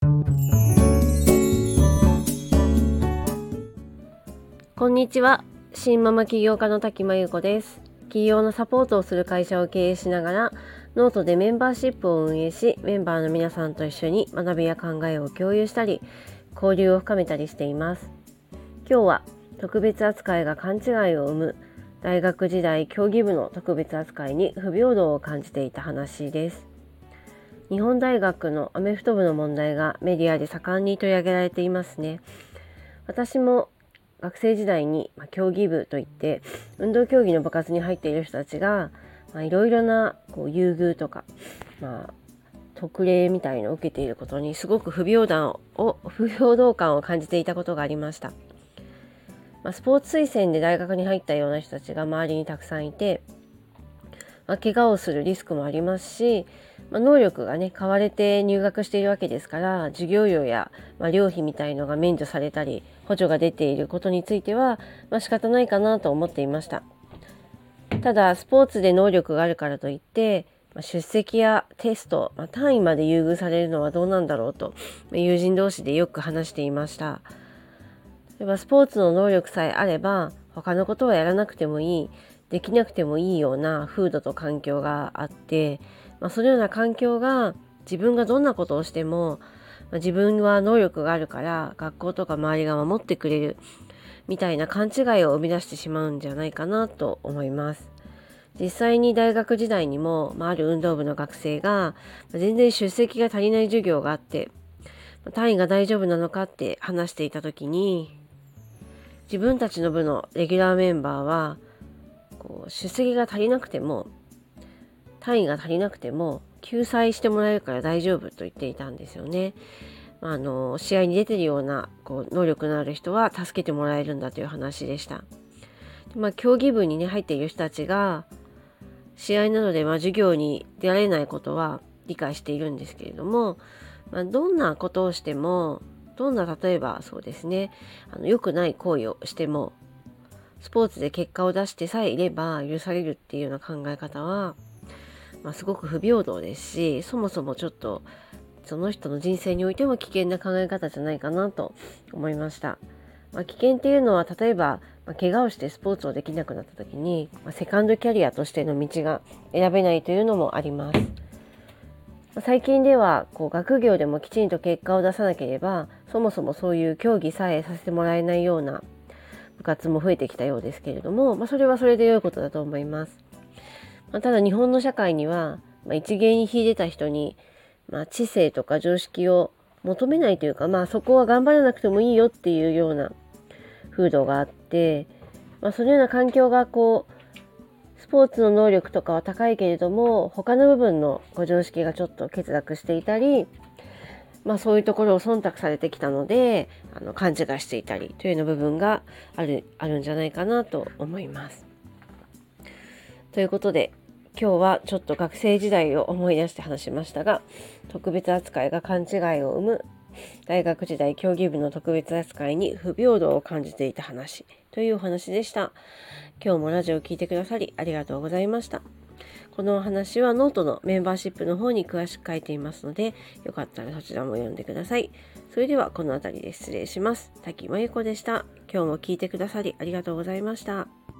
こんにちは。新ママ起業家の滝真由子です。起業のサポートをする会社を経営しながら、ノートでメンバーシップを運営し、メンバーの皆さんと一緒に学びや考えを共有したり、交流を深めたりしています。今日は特別扱いが勘違いを生む、大学時代競技部の特別扱いに不平等を感じていた話です。日本大学のアメフト部の問題がメディアで盛んに取り上げられていますね。私も学生時代に競技部といって運動競技の部活に入っている人たちがいろいろな優遇とか、特例みたいのを受けていることにすごく不平等感を感じていたことがありました。スポーツ推薦で大学に入ったような人たちが周りにたくさんいて、怪我をするリスクもありますし、能力が買われて入学しているわけですから、授業料や寮費みたいのが免除されたり補助が出ていることについては、仕方ないかなと思っていました。ただスポーツで能力があるからといって出席やテスト、単位まで優遇されるのはどうなんだろうと友人同士でよく話していました。例えばスポーツの能力さえあれば他のことはやらなくてもいい、できなくてもいいような風土と環境があって、そのような環境が自分がどんなことをしても自分は能力があるから学校とか周りが守ってくれるみたいな勘違いを生み出してしまうんじゃないかなと思います。実際に大学時代にも、ある運動部の学生が全然出席が足りない授業があって、単位が大丈夫なのかって話していた時に、自分たちの部のレギュラーメンバーは出席が足りなくても単位が足りなくても救済してもらえるから大丈夫と言っていたんですよね。試合に出てるような能力のある人は助けてもらえるんだという話でした。競技部に入っている人たちが試合などで授業に出られないことは理解しているんですけれども、どんなことをしても、例えばそうですね、良くない行為をしてもスポーツで結果を出してさえいれば許されるっていうような考え方は、すごく不平等ですし、そもそもちょっとその人の人生においても危険な考え方じゃないかなと思いました。危険っていうのは例えば、怪我をしてスポーツをできなくなった時に、セカンドキャリアとしての道が選べないというのもあります。最近では学業でもきちんと結果を出さなければそもそもそういう競技さえさせてもらえないような部活も増えてきたようですけれども、それはそれで良いことだと思います。ただ日本の社会には、一芸に秀でた人に、知性とか常識を求めないというか、そこは頑張らなくてもいいよっていうような風土があって、そのような環境がスポーツの能力とかは高いけれども他の部分の常識がちょっと欠落していたり、そういうところを忖度されてきたので勘違いしていたりというような部分があるんじゃないかなと思います。ということで今日はちょっと学生時代を思い出して話しましたが、特別扱いが勘違いを生む、大学時代競技部の特別扱いに不平等を感じていた話というお話でした。今日もラジオを聞いてくださりありがとうございました。このお話はノートのメンバーシップの方に詳しく書いていますので、よかったらそちらも読んでください。それではこの辺りで失礼します。滝真由子でした。今日も聞いてくださりありがとうございました。